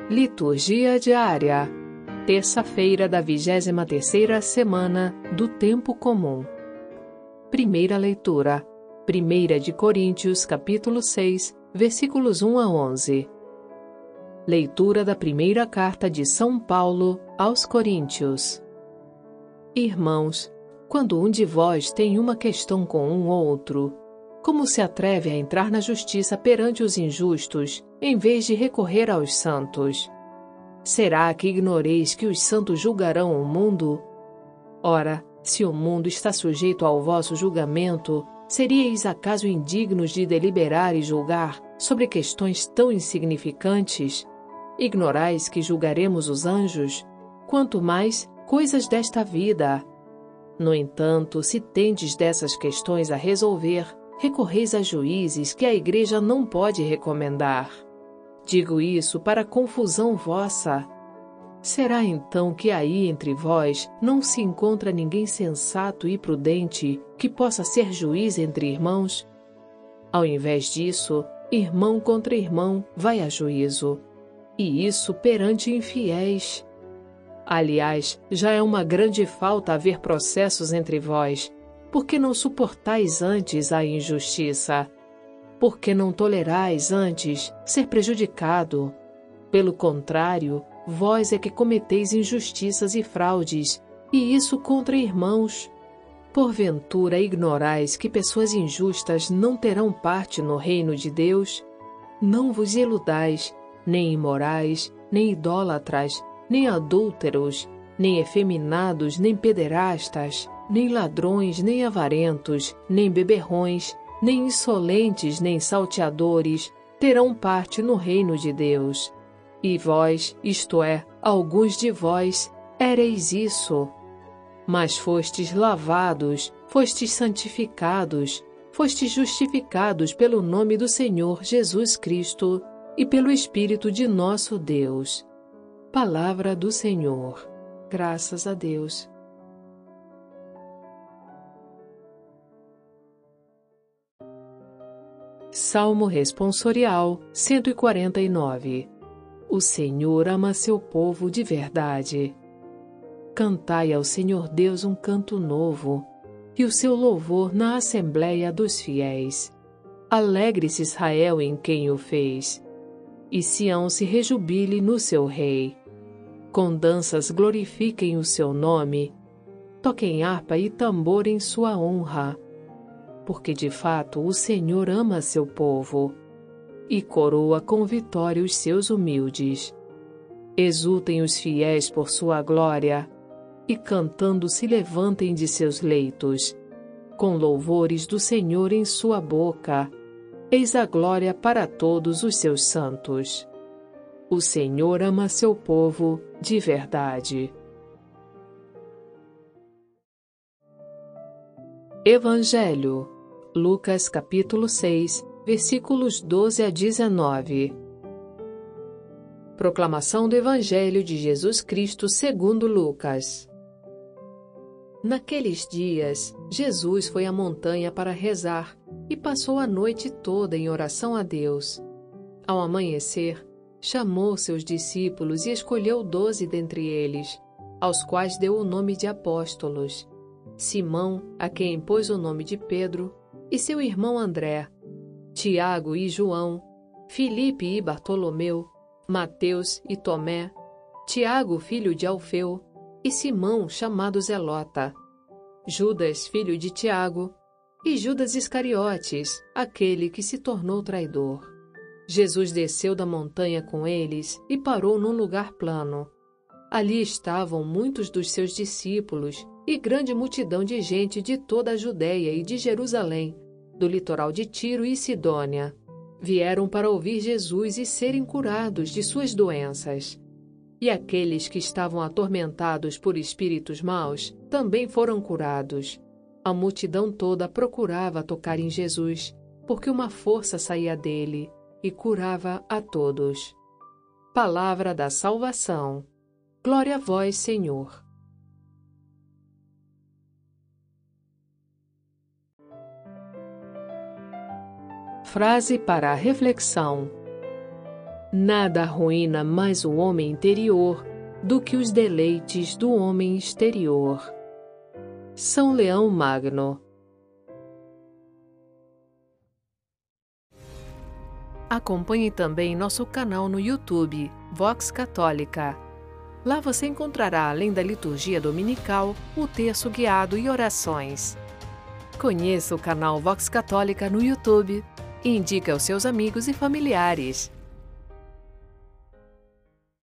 Liturgia diária. Terça-feira da 23ª semana do Tempo Comum. Primeira leitura. 1 de Coríntios, capítulo 6, versículos 1 a 11. Leitura da primeira carta de São Paulo aos Coríntios. Irmãos, quando um de vós tem uma questão com um outro, como se atreve a entrar na justiça perante os injustos, em vez de recorrer aos santos? Será que ignoreis que os santos julgarão o mundo? Ora, se o mundo está sujeito ao vosso julgamento, seríeis acaso indignos de deliberar e julgar sobre questões tão insignificantes? Ignorais que julgaremos os anjos? Quanto mais coisas desta vida. No entanto, se tendes dessas questões a resolver, recorreis a juízes que a Igreja não pode recomendar. Digo isso para confusão vossa. Será então que aí entre vós não se encontra ninguém sensato e prudente que possa ser juiz entre irmãos? Ao invés disso, irmão contra irmão vai a juízo, e isso perante infiéis. Aliás, já é uma grande falta haver processos entre vós, porque não suportais antes a injustiça? Porque não tolerais antes ser prejudicado? Pelo contrário, vós é que cometeis injustiças e fraudes, e isso contra irmãos. Porventura ignorais que pessoas injustas não terão parte no reino de Deus? Não vos iludais, nem imorais, nem idólatras, nem adúlteros, nem efeminados, nem pederastas, nem ladrões, nem avarentos, nem beberrões, nem insolentes, nem salteadores, terão parte no reino de Deus. E vós, isto é, alguns de vós, éreis isso. Mas fostes lavados, fostes santificados, fostes justificados pelo nome do Senhor Jesus Cristo e pelo Espírito de nosso Deus. Palavra do Senhor. Graças a Deus. Salmo Responsorial 149. O Senhor ama seu povo de verdade. Cantai ao Senhor Deus um canto novo, e o seu louvor na assembleia dos fiéis. Alegre-se Israel em quem o fez, e Sião se rejubile no seu rei. Com danças glorifiquem o seu nome, toquem harpa e tambor em sua honra, porque de fato o Senhor ama seu povo, e coroa com vitória os seus humildes. Exultem os fiéis por sua glória, e cantando se levantem de seus leitos, com louvores do Senhor em sua boca. Eis a glória para todos os seus santos. O Senhor ama seu povo de verdade. Evangelho. Lucas capítulo 6, versículos 12 a 19. Proclamação do Evangelho de Jesus Cristo segundo Lucas. Naqueles dias, Jesus foi à montanha para rezar e passou a noite toda em oração a Deus. Ao amanhecer, chamou seus discípulos e escolheu 12 dentre eles, aos quais deu o nome de apóstolos: Simão, a quem pôs o nome de Pedro, e seu irmão André, Tiago e João, Filipe e Bartolomeu, Mateus e Tomé, Tiago, filho de Alfeu, e Simão, chamado Zelota, Judas, filho de Tiago, e Judas Iscariotes, aquele que se tornou traidor. Jesus desceu da montanha com eles e parou num lugar plano. Ali estavam muitos dos seus discípulos e grande multidão de gente de toda a Judéia e de Jerusalém, do litoral de Tiro e Sidônia. Vieram para ouvir Jesus e serem curados de suas doenças. E aqueles que estavam atormentados por espíritos maus também foram curados. A multidão toda procurava tocar em Jesus, porque uma força saía dele e curava a todos. Palavra da salvação. Glória a vós, Senhor. Frase para a reflexão. Nada arruína mais o homem interior do que os deleites do homem exterior. São Leão Magno. Acompanhe também nosso canal no YouTube, Vox Católica. Lá você encontrará, além da liturgia dominical, o terço guiado e orações. Conheça o canal Vox Católica no YouTube e indique aos seus amigos e familiares.